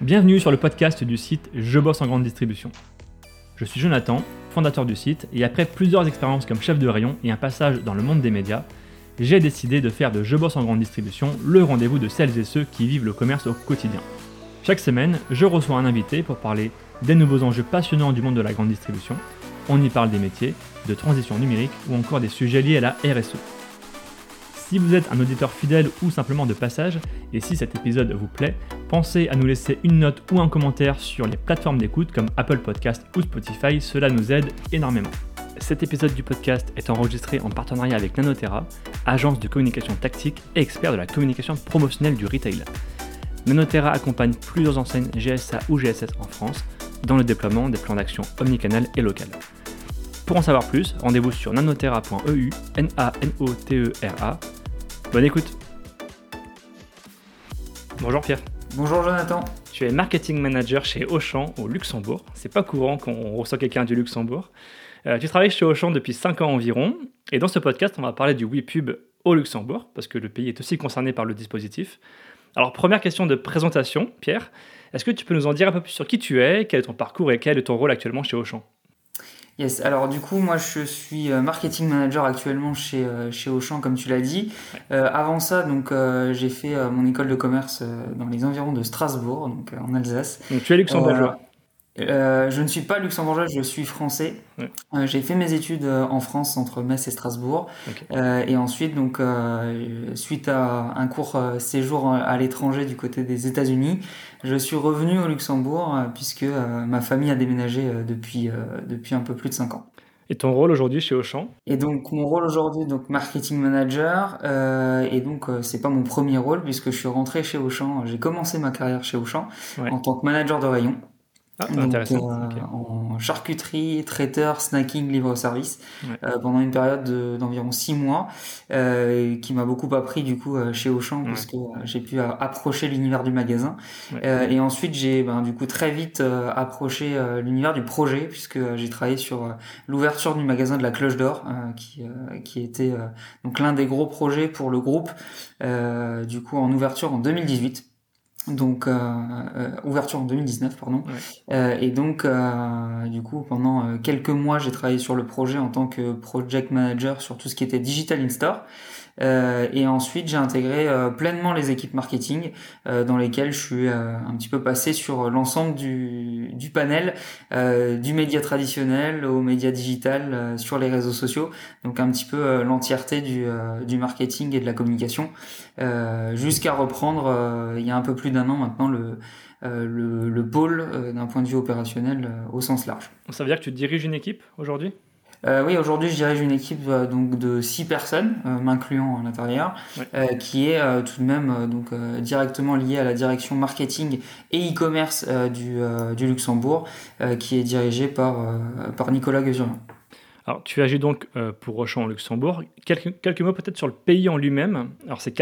Bienvenue sur le podcast du site Je bosse en grande distribution. Je suis Jonathan, fondateur du site, et après plusieurs expériences comme chef de rayon et un passage dans le monde des médias, j'ai décidé de faire de Je bosse en grande distribution le rendez-vous de celles et ceux qui vivent le commerce au quotidien. Chaque semaine, je reçois un invité pour parler des nouveaux enjeux passionnants du monde de la grande distribution. On y parle des métiers, de transition numérique ou encore des sujets liés à la RSE. Si vous êtes un auditeur fidèle ou simplement de passage, et si cet épisode vous plaît, pensez à nous laisser une note ou un commentaire sur les plateformes d'écoute comme Apple Podcast ou Spotify, cela nous aide énormément. Cet épisode du podcast est enregistré en partenariat avec Nanotera, agence de communication tactique et expert de la communication promotionnelle du retail. Nanotera accompagne plusieurs enseignes GSA ou GSS en France dans le déploiement des plans d'action omnicanal et local. Pour en savoir plus, rendez-vous sur nanotera.eu, Nanotera. Bonne écoute. Bonjour Pierre. Bonjour Jonathan. Tu es marketing manager chez Auchan au Luxembourg. C'est pas courant qu'on reçoit quelqu'un du Luxembourg. Tu travailles chez Auchan depuis 5 ans environ. Et dans ce podcast, on va parler du WePub au Luxembourg, parce que le pays est aussi concerné par le dispositif. Alors, première question de présentation, Pierre. Est-ce que tu peux nous en dire un peu plus sur qui tu es, quel est ton parcours et quel est ton rôle actuellement chez Auchan ? Yes, alors du coup, moi je suis marketing manager actuellement chez Auchan, comme tu l'as dit. Avant ça, donc j'ai fait mon école de commerce dans les environs de Strasbourg, donc en Alsace. Donc tu es luxembourgeois. Je ne suis pas luxembourgeois, je suis français. Ouais. J'ai fait mes études en France entre Metz et Strasbourg. Okay. Et ensuite, donc, suite à un court séjour à l'étranger du côté des États-Unis, je suis revenu au Luxembourg puisque ma famille a déménagé depuis un peu plus de 5 ans. Et ton rôle aujourd'hui chez Auchan ? Et donc mon rôle aujourd'hui, donc marketing manager, et donc c'est pas mon premier rôle puisque je suis rentré chez Auchan. J'ai commencé ma carrière chez Auchan en tant que manager de rayon. Ah, Donc, intéressant. Okay. En charcuterie, traiteur, snacking, livre-service, pendant une période d'environ 6 mois, qui m'a beaucoup appris du coup chez Auchan parce que j'ai pu approcher l'univers du magasin. Et ensuite j'ai du coup très vite approché l'univers du projet puisque j'ai travaillé sur l'ouverture du magasin de la Cloche d'Or, qui était donc l'un des gros projets pour le groupe, du coup en ouverture en 2018. Donc ouverture en 2019 pardon. Et donc du coup pendant quelques mois j'ai travaillé sur le projet en tant que project manager sur tout ce qui était digital in-store. Et ensuite j'ai intégré pleinement les équipes marketing dans lesquelles je suis un petit peu passé sur l'ensemble du panel, du média traditionnel au média digital, sur les réseaux sociaux, donc un petit peu l'entièreté du marketing et de la communication, jusqu'à reprendre il y a un peu plus d'un an maintenant le pôle d'un point de vue opérationnel au sens large. Ça veut dire que tu diriges une équipe aujourd'hui ? Oui, aujourd'hui, je dirige une équipe donc de 6 personnes, m'incluant à l'intérieur, qui est tout de même directement liée à la direction marketing et e-commerce du Luxembourg, qui est dirigée par Nicolas Guezurian. Alors, tu agis donc pour Auchan au Luxembourg. Quelques mots peut-être sur le pays en lui-même. Alors, c'est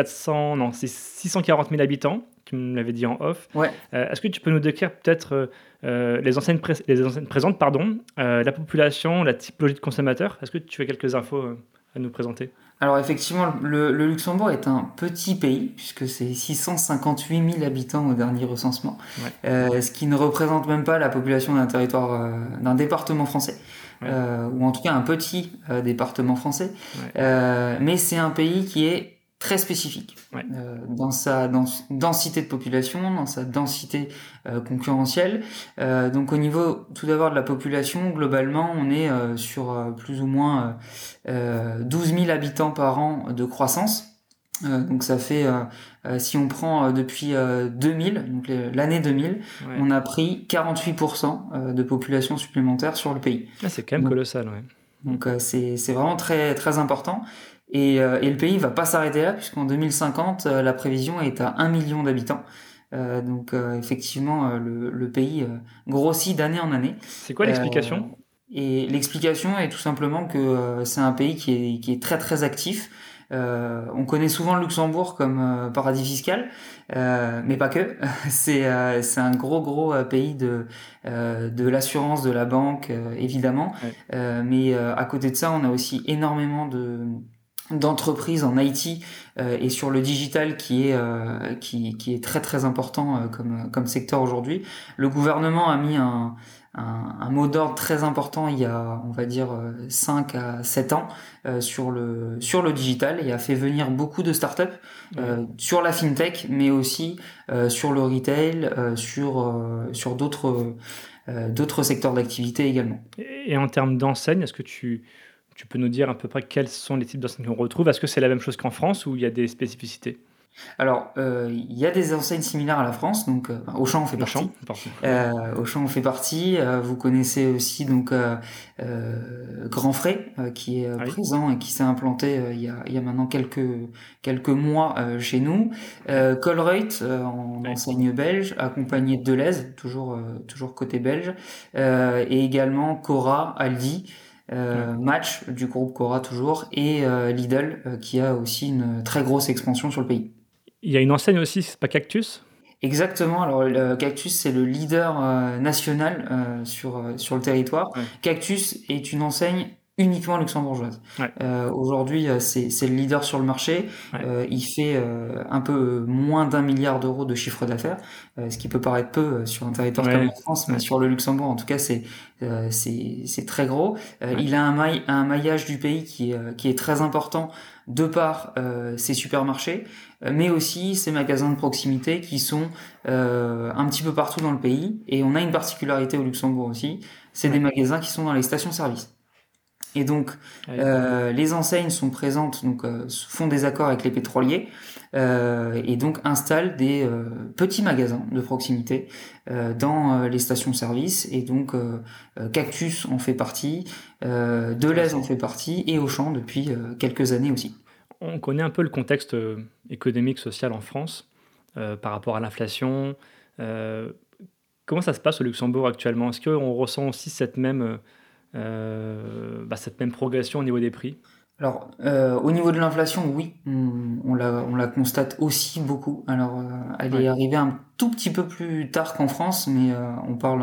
640 000 habitants, tu me l'avais dit en off. Est-ce que tu peux nous décrire peut-être les enseignes présentes, la population, la typologie de consommateurs ? Est-ce que tu as quelques infos à nous présenter ? Alors effectivement, le Luxembourg est un petit pays, puisque c'est 658 000 habitants au dernier recensement, ce qui ne représente même pas la population d'un territoire, d'un département français. Ou en tout cas un petit département français, mais c'est un pays qui est très spécifique dans sa densité de population, dans sa densité concurrentielle. Donc au niveau tout d'abord de la population, globalement on est sur plus ou moins 12 000 habitants par an de croissance. Donc ça fait, si on prend depuis 2000, donc l'année 2000, on a pris 48% de population supplémentaire sur le pays. C'est quand même colossal, Donc c'est vraiment très très important. Et le pays va pas s'arrêter là, puisqu'en 2050, la prévision est à 1 million d'habitants. Donc effectivement, le pays grossit d'année en année. C'est quoi l'explication ? Et l'explication est tout simplement que c'est un pays qui est très très actif. On connaît souvent le Luxembourg comme paradis fiscal, mais pas que. C'est un gros pays de l'assurance, de la banque, évidemment. Mais à côté de ça, on a aussi énormément d'entreprises en IT et sur le digital qui est très très important comme secteur aujourd'hui. Le gouvernement a mis un mot d'ordre très important il y a, on va dire, 5 à 7 ans sur le digital et a fait venir beaucoup de startups sur la fintech, mais aussi sur le retail, sur d'autres secteurs d'activité également. Et en termes d'enseigne, est-ce que tu peux nous dire à peu près quels sont les types d'enseignes qu'on retrouve? Est-ce que c'est la même chose qu'en France ou il y a des spécificités? Alors, il y a des enseignes similaires à la France, donc Auchan en fait partie. Auchan, pardon. Auchan en fait partie. Vous connaissez aussi donc Grand Frais qui est Oui. présent et qui s'est implanté il y a maintenant quelques mois chez nous. Colruyt en Oui. enseigne belge, accompagné de Deleuze, toujours côté belge, et également Cora, Aldi. Match du groupe Cora toujours et Lidl qui a aussi une très grosse expansion sur le pays. Il y a une enseigne aussi, c'est pas Cactus? Exactement. Alors, le Cactus, c'est le leader national sur le territoire. Ouais. Cactus est une enseigne uniquement luxembourgeoise. Ouais. Aujourd'hui, c'est le leader sur le marché. Ouais. Il fait un peu moins d'1 milliard d'euros de chiffre d'affaires, ce qui peut paraître peu sur un territoire comme la France, mais sur le Luxembourg, en tout cas, c'est très gros. Il a un maillage du pays qui est très important de par ses supermarchés, mais aussi ses magasins de proximité qui sont un petit peu partout dans le pays. Et on a une particularité au Luxembourg aussi, c'est des magasins qui sont dans les stations-service. Et donc, les enseignes sont présentes, donc font des accords avec les pétroliers et donc installent des petits magasins de proximité dans les stations-service. Et donc, Cactus en fait partie, Deleuze en fait partie et Auchan depuis quelques années aussi. On connaît un peu le contexte économique, social en France par rapport à l'inflation. Comment ça se passe au Luxembourg actuellement? Est-ce qu'on ressent aussi cette même progression au niveau des prix? Alors, au niveau de l'inflation, oui, on la constate aussi beaucoup. Alors, elle est arrivée un tout petit peu plus tard qu'en France, mais on parle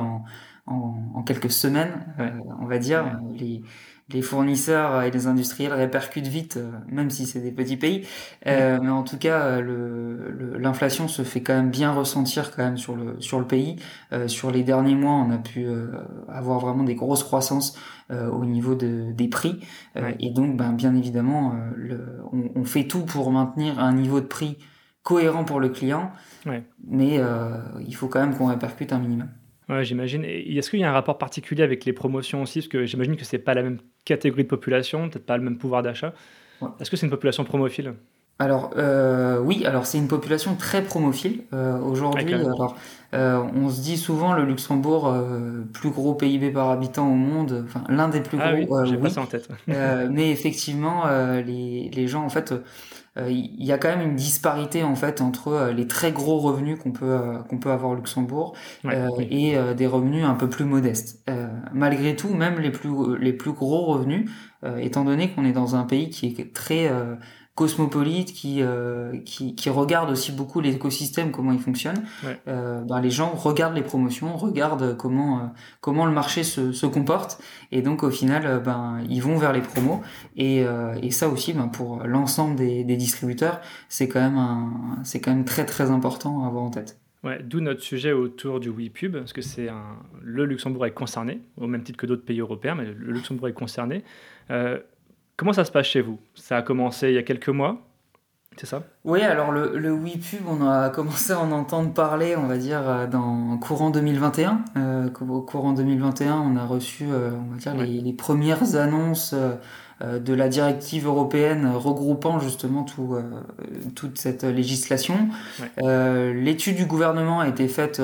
en quelques semaines, on va dire. Les fournisseurs et les industriels répercutent vite, même si c'est des petits pays. Mais en tout cas, l'inflation se fait quand même bien ressentir quand même sur le pays. Sur les derniers mois, on a pu avoir vraiment des grosses croissances au niveau des prix. Et donc, bien évidemment, on fait tout pour maintenir un niveau de prix cohérent pour le client, mais il faut quand même qu'on répercute un minimum. Ouais, j'imagine. Et est-ce qu'il y a un rapport particulier avec les promotions aussi? Parce que j'imagine que c'est pas la même catégorie de population, peut-être pas le même pouvoir d'achat. Ouais. Est-ce que c'est une population promophile? Alors oui, alors c'est une population très promophile aujourd'hui. Alors on se dit souvent le Luxembourg, plus gros PIB par habitant au monde, enfin l'un des plus gros. J'ai pas ça en tête. Mais effectivement, les gens en fait, il y a quand même une disparité en fait entre les très gros revenus qu'on peut avoir au Luxembourg et des revenus un peu plus modestes. Malgré tout, même les plus gros revenus, étant donné qu'on est dans un pays qui est très cosmopolite, qui regarde aussi beaucoup l'écosystème, comment il fonctionne. Les gens regardent les promotions, regardent comment le marché se comporte, et donc au final, ils vont vers les promos. Et ça aussi, pour l'ensemble des distributeurs, c'est quand même très très important à avoir en tête. Ouais, d'où notre sujet autour du WePub, parce que le Luxembourg est concerné, au même titre que d'autres pays européens, mais le Luxembourg est concerné. Comment ça se passe chez vous? Ça a commencé il y a quelques mois, c'est ça? Oui, alors le WePub, on a commencé à en entendre parler, on va dire, dans courant 2021. Au courant 2021, on a reçu, on va dire, les premières annonces de la directive européenne regroupant justement toute cette législation. L'étude du gouvernement a été faite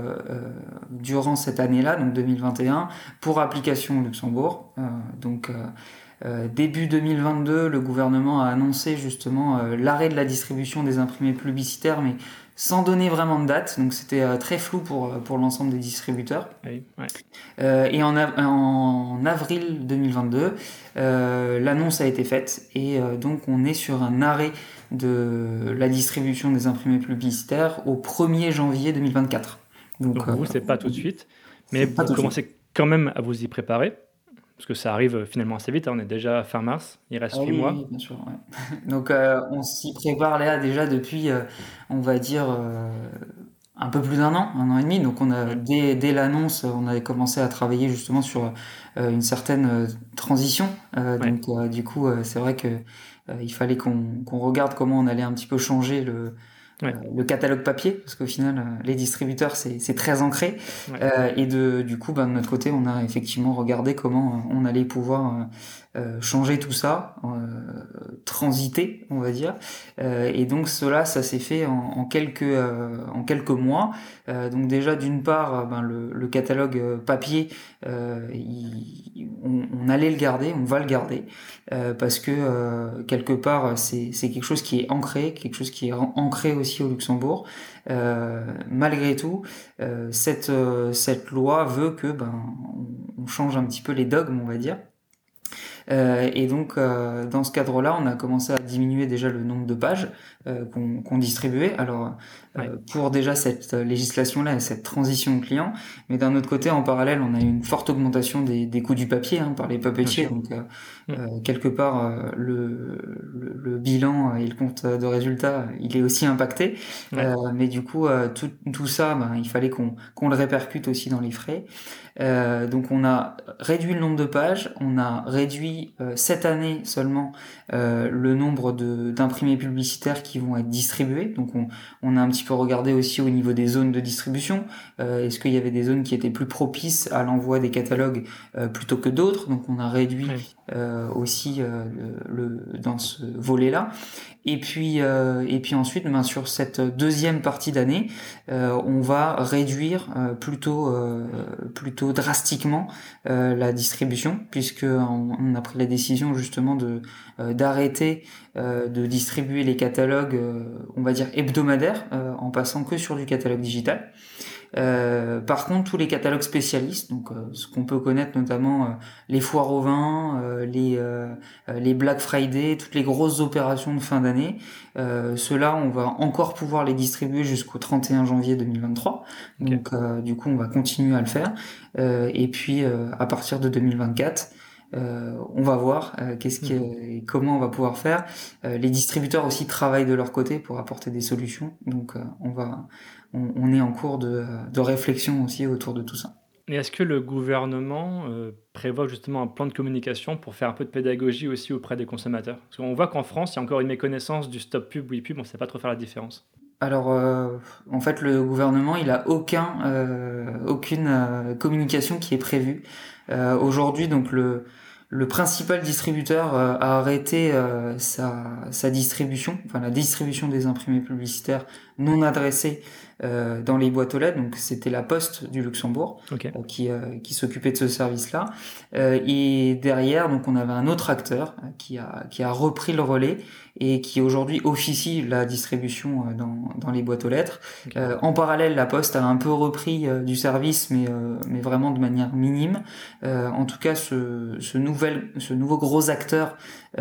durant cette année-là, donc 2021, pour application au Luxembourg. Début 2022, le gouvernement a annoncé justement l'arrêt de la distribution des imprimés publicitaires, mais sans donner vraiment de date, donc c'était très flou pour l'ensemble des distributeurs. Et en avril 2022, l'annonce a été faite, et donc on est sur un arrêt de la distribution des imprimés publicitaires au 1er janvier 2024. Donc vous, c'est pas tout de suite, mais vous commencez quand même à vous y préparer. Parce que ça arrive finalement assez vite, hein, on est déjà fin mars, il reste Ah 8 oui, mois. oui, bien sûr, ouais. Donc on s'y prépare là déjà depuis, on va dire, un peu plus un an et demi. Donc on a Ouais, dès l'annonce, on avait commencé à travailler justement sur une certaine transition. ouais, Du coup, c'est vrai que il fallait qu'on regarde comment on allait un petit peu changer ouais, le catalogue papier, parce qu'au final, les distributeurs, c'est très ancré. ouais. Du coup, de notre côté, on a effectivement regardé comment on allait pouvoir changer tout ça, transiter, on va dire. Et donc cela, ça s'est fait en quelques mois. Donc déjà, d'une part, le catalogue papier, on allait le garder, on va le garder, parce que quelque part, c'est quelque chose qui est ancré, quelque chose qui est ancré aussi au Luxembourg. Malgré tout, cette loi veut que on change un petit peu les dogmes, on va dire. Dans ce cadre-là, on a commencé à diminuer déjà le nombre de pages qu'on distribuait. Alors, Ouais. pour déjà cette législation-là et cette transition client, mais d'un autre côté, en parallèle, on a eu une forte augmentation des coûts du papier par les Bien papetiers. sûr. Mm. Quelque part, le bilan et le compte de résultat, il est aussi impacté. Ouais. Mais du coup, tout ça, il fallait qu'on le répercute aussi dans les frais. Donc on a réduit le nombre de pages, on a réduit cette année seulement le nombre d'imprimés publicitaires qui vont être distribués. Donc on a un petit peu regardé aussi au niveau des zones de distribution. Est-ce qu'il y avait des zones qui étaient plus propices à l'envoi des catalogues plutôt que d'autres? Donc on a réduit Ouais. aussi dans ce volet-là. Et puis ensuite, sur cette deuxième partie d'année, on va réduire plutôt drastiquement la distribution, puisque on a pris la décision justement d'arrêter de distribuer les catalogues, on va dire hebdomadaires, en passant que sur du catalogue digital. Par contre, tous les catalogues spécialistes, donc ce qu'on peut connaître notamment les foires au vin, les Black Friday, toutes les grosses opérations de fin d'année, ceux-là, on va encore pouvoir les distribuer jusqu'au 31 janvier 2023. Ok. Du coup, on va continuer à le faire. Et puis, à partir de 2024, on va voir comment on va pouvoir faire. Les distributeurs aussi travaillent de leur côté pour apporter des solutions. Donc, on est en cours de réflexion aussi autour de tout ça. Et est-ce que le gouvernement prévoit justement un plan de communication pour faire un peu de pédagogie aussi auprès des consommateurs? Parce qu'on voit qu'en France, il y a encore une méconnaissance du stop pub, oui pub, on ne sait pas trop faire la différence. Alors, en fait, le gouvernement, il a aucune communication qui est prévue. Aujourd'hui, donc le principal distributeur a arrêté sa distribution, enfin la distribution des imprimés publicitaires non adressés dans les boîtes aux lettres. Donc, c'était la Poste du Luxembourg Ok. qui s'occupait de ce service-là. Et derrière, donc, on avait un autre acteur qui a repris le relais et qui aujourd'hui officie la distribution dans les boîtes aux lettres. Ok. En parallèle, la Poste a un peu repris du service, mais vraiment de manière minime. En tout cas, ce nouveau gros acteur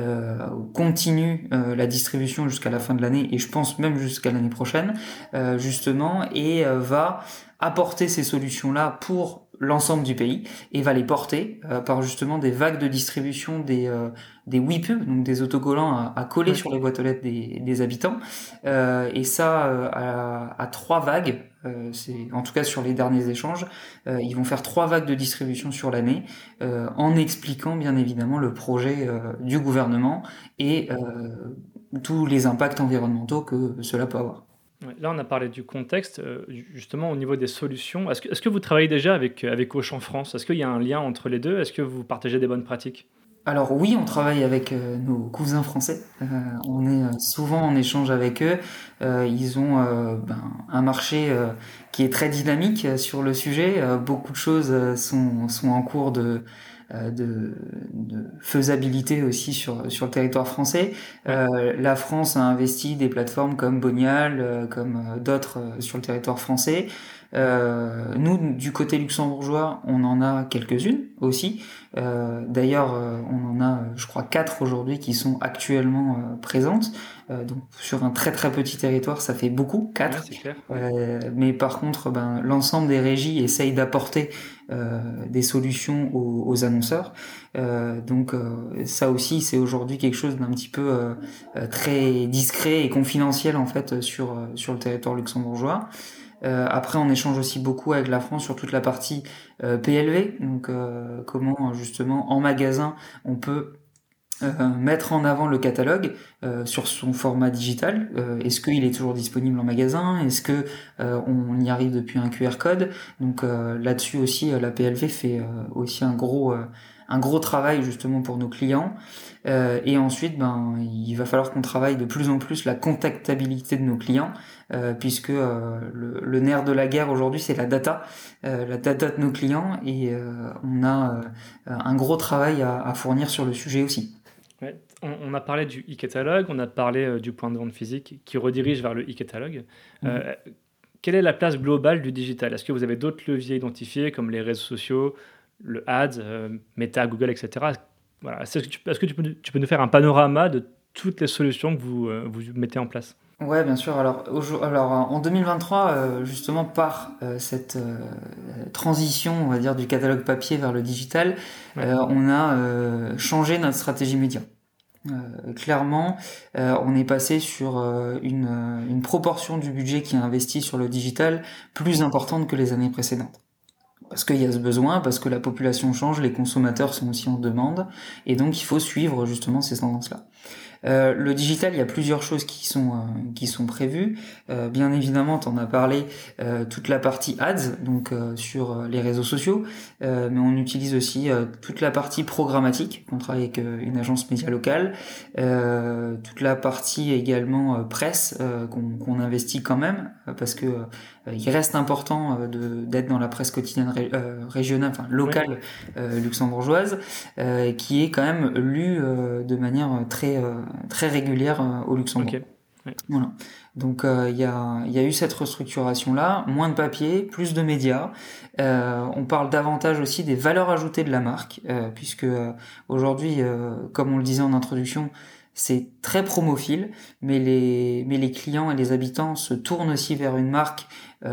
continue la distribution jusqu'à la fin de l'année et je pense même jusqu'à l'année prochaine, justement, et va apporter ces solutions-là pour l'ensemble du pays et va les porter par justement des vagues de distribution des WePub, donc des autocollants à coller Ouais. sur les boîtes aux lettres des habitants. Et ça à trois vagues. C'est en tout cas sur les derniers échanges, ils vont faire trois vagues de distribution sur l'année, en expliquant bien évidemment le projet du gouvernement et tous les impacts environnementaux que cela peut avoir. Ouais, là, on a parlé du contexte, justement au niveau des solutions. Est-ce que vous travaillez déjà avec Auchan France? Est-ce qu'il y a un lien entre les deux? Est-ce que vous partagez des bonnes pratiques? Alors oui, on travaille avec nos cousins français. On est souvent en échange avec eux. Ils ont un marché qui est très dynamique sur le sujet. Beaucoup de choses sont en cours de faisabilité aussi sur le territoire français. Ouais. La France a investi des plateformes comme Bonial, comme d'autres sur le territoire français. Nous, du côté luxembourgeois, on en a quelques-unes aussi. D'ailleurs, on en a, je crois, 4 aujourd'hui qui sont actuellement présentes. Donc sur un très très petit territoire, ça fait beaucoup, 4. Ouais, c'est clair. Mais par contre, l'ensemble des régies essayent d'apporter des solutions aux annonceurs. Donc ça aussi, c'est aujourd'hui quelque chose d'un petit peu très discret et confidentiel en fait sur le territoire luxembourgeois. Après, on échange aussi beaucoup avec la France sur toute la partie PLV, donc comment justement en magasin on peut mettre en avant le catalogue sur son format digital. Est-ce qu'il est toujours disponible en magasin? Est-ce que on y arrive depuis un QR code? Donc là-dessus aussi, la PLV fait aussi un gros travail justement pour nos clients. Et ensuite, il va falloir qu'on travaille de plus en plus la contactabilité de nos clients, puisque le nerf de la guerre aujourd'hui, c'est la data de nos clients, et on a un gros travail à fournir sur le sujet aussi. Ouais. On a parlé du e-catalogue, on a parlé du point de vente physique qui redirige vers le e-catalogue. Quelle est la place globale du digital? Est-ce que vous avez d'autres leviers identifiés comme les réseaux sociaux, le ads, Meta, Google, etc. Voilà. Est-ce que tu peux nous faire un panorama de toutes les solutions que vous mettez en place? Ouais, bien sûr. Alors en 2023, justement par cette transition, on va dire, du catalogue papier vers le digital, on a changé notre stratégie média. Clairement, on est passé sur une proportion du budget qui est investi sur le digital plus importante que les années précédentes. Parce qu'il y a ce besoin, parce que la population change, les consommateurs sont aussi en demande, et donc il faut suivre justement ces tendances-là. Le digital, il y a plusieurs choses qui sont prévues. Bien évidemment, tu en as parlé, toute la partie ads, donc sur les réseaux sociaux, mais on utilise aussi toute la partie programmatique. On travaille avec une agence média locale, toute la partie également presse qu'on investit quand même, parce que il reste important d'être dans la presse quotidienne régionale, enfin locale, luxembourgeoise, qui est quand même lue de manière très régulière au Luxembourg. Okay. Ouais. Voilà. Donc il y a eu cette restructuration là, moins de papier, plus de médias. On parle davantage aussi des valeurs ajoutées de la marque, puisque aujourd'hui, comme on le disait en introduction, c'est très promophile, mais les clients et les habitants se tournent aussi vers une marque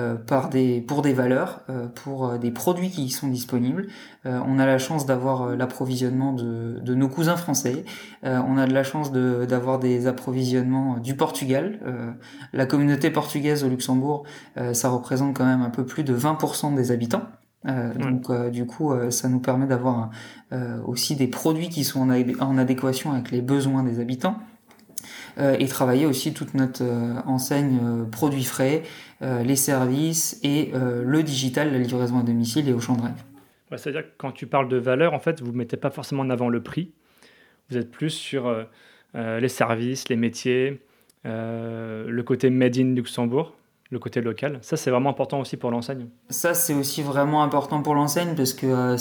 pour des valeurs, pour des produits qui y sont disponibles. On a la chance d'avoir l'approvisionnement de nos cousins français. On a de la chance d'avoir des approvisionnements du Portugal. La communauté portugaise au Luxembourg, ça représente quand même un peu plus de 20% des habitants. Donc du coup, ça nous permet d'avoir aussi des produits qui sont en adéquation avec les besoins des habitants. Et travailler aussi toute notre enseigne produits frais, les services et le digital, la livraison à domicile et Auchan Drive. Ouais, c'est-à-dire que quand tu parles de valeur, en fait, vous ne mettez pas forcément en avant le prix. Vous êtes plus sur les services, les métiers, le côté made in Luxembourg, le côté local. Ça, c'est vraiment important aussi pour l'enseigne. Ça, c'est aussi vraiment important pour l'enseigne parce que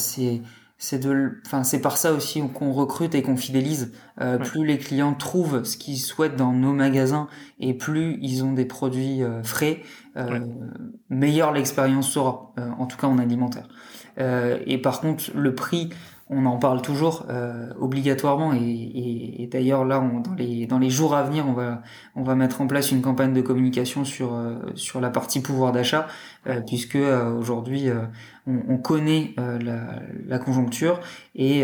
c'est par ça aussi qu'on recrute et qu'on fidélise. Plus les clients trouvent ce qu'ils souhaitent dans nos magasins et plus ils ont des produits frais, meilleure l'expérience sera, en tout cas en alimentaire. Et par contre, le prix, on en parle toujours obligatoirement et d'ailleurs là dans les jours à venir on va mettre en place une campagne de communication sur la partie pouvoir d'achat puisque aujourd'hui on connaît la conjoncture et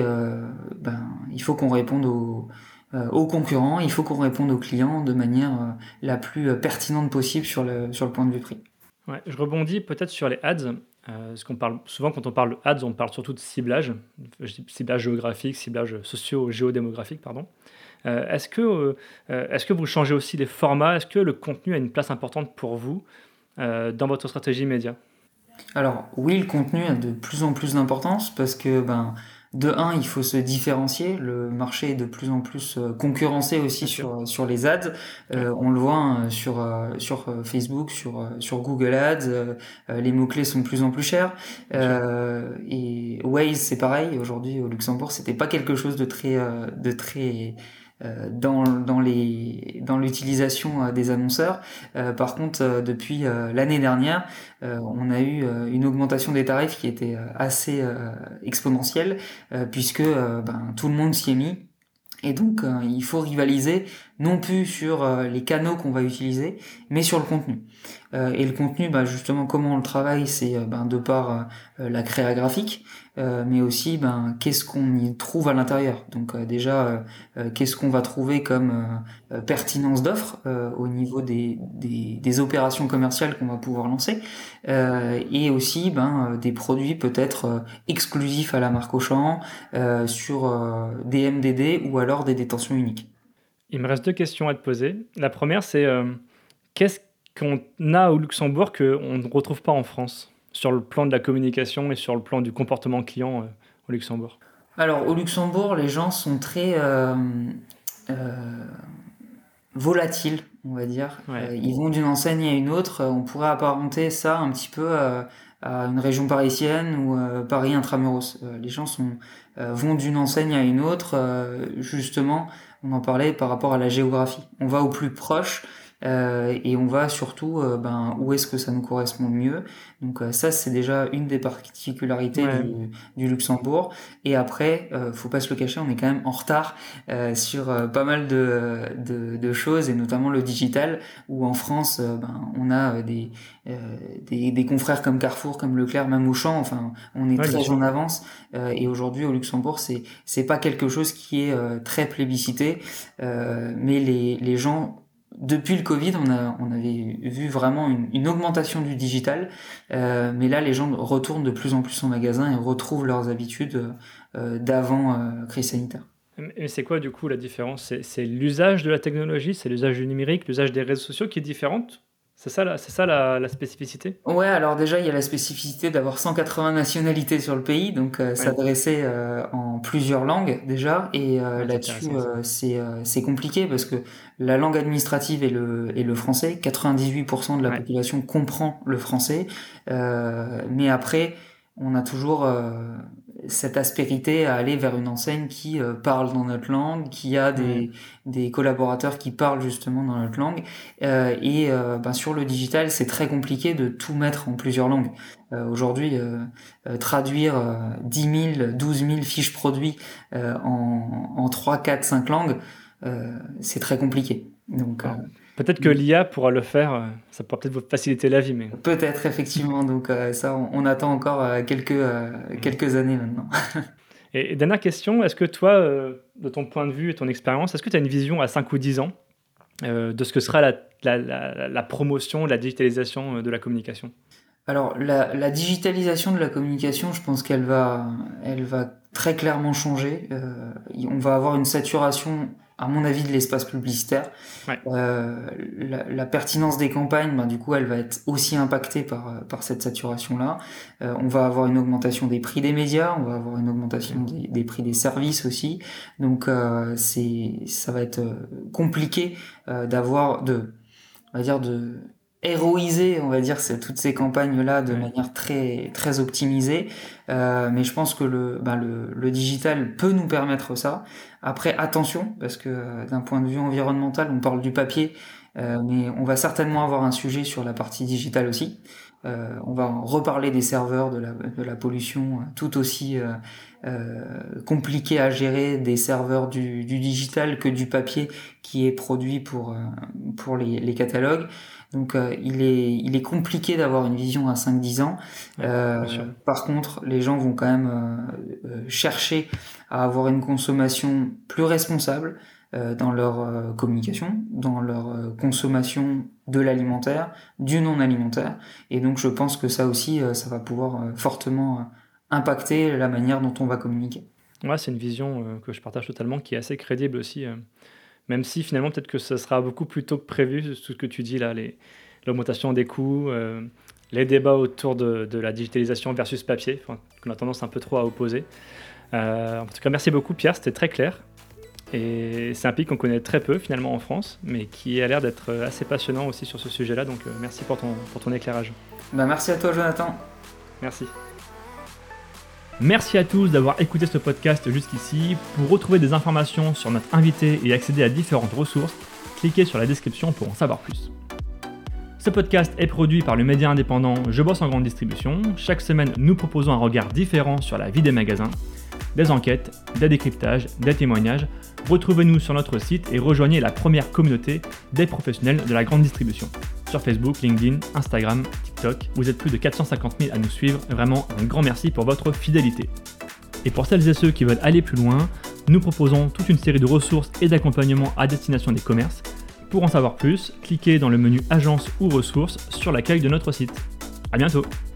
il faut qu'on réponde aux concurrents, il faut qu'on réponde aux clients de manière la plus pertinente possible sur le point de vue prix. Ouais, je rebondis peut-être sur les ads. Parce qu'on parle souvent, quand on parle de ads, on parle surtout de ciblage géographique, ciblage socio-géodémographique, pardon. Est-ce que vous changez aussi les formats? Est-ce que le contenu a une place importante pour vous dans votre stratégie média? Alors oui, le contenu a de plus en plus d'importance parce que de un, il faut se différencier. Le marché est de plus en plus concurrencé aussi sur les ads. On le voit sur Facebook, sur Google Ads. Les mots-clés sont de plus en plus chers. Et Waze, c'est pareil. Aujourd'hui, au Luxembourg, c'était pas quelque chose de très dans l'utilisation des annonceurs. Par contre, depuis l'année dernière, on a eu une augmentation des tarifs qui était assez exponentielle, puisque tout le monde s'y est mis. Et donc, il faut rivaliser non plus sur les canaux qu'on va utiliser, mais sur le contenu. Et le contenu, justement, comment on le travaille, c'est de par la créa graphique, mais aussi qu'est-ce qu'on y trouve à l'intérieur. Donc déjà, qu'est-ce qu'on va trouver comme pertinence d'offre au niveau des opérations commerciales qu'on va pouvoir lancer, et aussi des produits peut-être exclusifs à la marque Auchan, sur des MDD ou alors des détentions uniques. Il me reste 2 questions à te poser. La première, c'est qu'est-ce qu'on a au Luxembourg qu'on ne retrouve pas en France, sur le plan de la communication et sur le plan du comportement client au Luxembourg? Alors, au Luxembourg, les gens sont très volatiles, on va dire. Ouais. Ils vont d'une enseigne à une autre. On pourrait apparenter ça un petit peu à une région parisienne ou Paris intramuros. Les gens vont d'une enseigne à une autre. Justement, on en parlait par rapport à la géographie. On va au plus proche. Et on va surtout où est-ce que ça nous correspond le mieux. Donc ça, c'est déjà une des particularités du Luxembourg. Et après, faut pas se le cacher, on est quand même en retard sur pas mal de choses, et notamment le digital, où en France on a des confrères comme Carrefour, comme Leclerc, même Auchan. Enfin, on est très en avance, et aujourd'hui au Luxembourg, c'est pas quelque chose qui est très plébiscité, mais les gens, depuis le Covid, on avait vu vraiment une augmentation du digital, mais là les gens retournent de plus en plus en magasin et retrouvent leurs habitudes d'avant crise sanitaire. Mais c'est quoi du coup la différence? C'est l'usage de la technologie, c'est l'usage du numérique, l'usage des réseaux sociaux qui est différente? C'est ça la spécificité? Ouais, alors déjà, il y a la spécificité d'avoir 180 nationalités sur le pays, donc s'adresser en plusieurs langues déjà, et là-dessus, c'est compliqué parce que la langue administrative est le français. 98% de la population comprend le français, mais après, on a toujours cette aspérité à aller vers une enseigne qui parle dans notre langue, qui a des collaborateurs qui parlent justement dans notre langue, et sur le digital, c'est très compliqué de tout mettre en plusieurs langues. Aujourd'hui, traduire 10 000, 12 000 fiches produits en 3, 4, 5 langues, c'est très compliqué. Donc peut-être que l'IA pourra le faire, ça pourra peut-être vous faciliter la vie. Mais... Peut-être, effectivement. Donc ça, on attend encore quelques années maintenant. Et dernière question, est-ce que toi, de ton point de vue et ton expérience, est-ce que tu as une vision à 5 ou 10 ans de ce que sera la promotion, la digitalisation de la communication? Alors, la digitalisation de la communication, je pense qu'elle va très clairement changer. On va avoir une saturation, à mon avis, de l'espace publicitaire. La pertinence des campagnes, du coup, elle va être aussi impactée par cette saturation-là. On va avoir une augmentation des prix des médias, on va avoir une augmentation des prix des services aussi. Donc, ça va être compliqué de héroïser, on va dire, toutes ces campagnes-là de manière très très optimisée, mais je pense que le digital peut nous permettre ça. Après, attention, parce que d'un point de vue environnemental, on parle du papier, mais on va certainement avoir un sujet sur la partie digitale aussi. On va reparler des serveurs, de la pollution, tout aussi compliqué à gérer des serveurs du digital que du papier qui est produit pour les catalogues. Donc il est compliqué d'avoir une vision à 5-10 ans. Par contre, les gens vont quand même chercher à avoir une consommation plus responsable dans leur communication, dans leur consommation de l'alimentaire, du non alimentaire. Et donc je pense que ça aussi, ça va pouvoir fortement impacter la manière dont on va communiquer. Ouais, c'est une vision que je partage totalement, qui est assez crédible aussi. Même si finalement, peut-être que ce sera beaucoup plus tôt que prévu, tout ce que tu dis là, l'augmentation des coûts, les débats autour de la digitalisation versus papier, qu'on a tendance un peu trop à opposer. En tout cas, merci beaucoup Pierre, c'était très clair. Et c'est un pays qu'on connaît très peu finalement en France, mais qui a l'air d'être assez passionnant aussi sur ce sujet-là, donc merci pour ton éclairage. Merci à toi Jonathan. Merci. Merci à tous d'avoir écouté ce podcast jusqu'ici. Pour retrouver des informations sur notre invité et accéder à différentes ressources, cliquez sur la description pour en savoir plus. Ce podcast est produit par le média indépendant Je bosse en grande distribution. Chaque semaine, nous proposons un regard différent sur la vie des magasins. des enquêtes, des décryptages, des témoignages. Retrouvez-nous sur notre site et rejoignez la première communauté des professionnels de la grande distribution. Sur Facebook, LinkedIn, Instagram, TikTok, vous êtes plus de 450 000 à nous suivre. Vraiment un grand merci pour votre fidélité. Et pour celles et ceux qui veulent aller plus loin, nous proposons toute une série de ressources et d'accompagnements à destination des commerces. Pour en savoir plus, cliquez dans le menu Agence ou ressources sur l'accueil de notre site. À bientôt!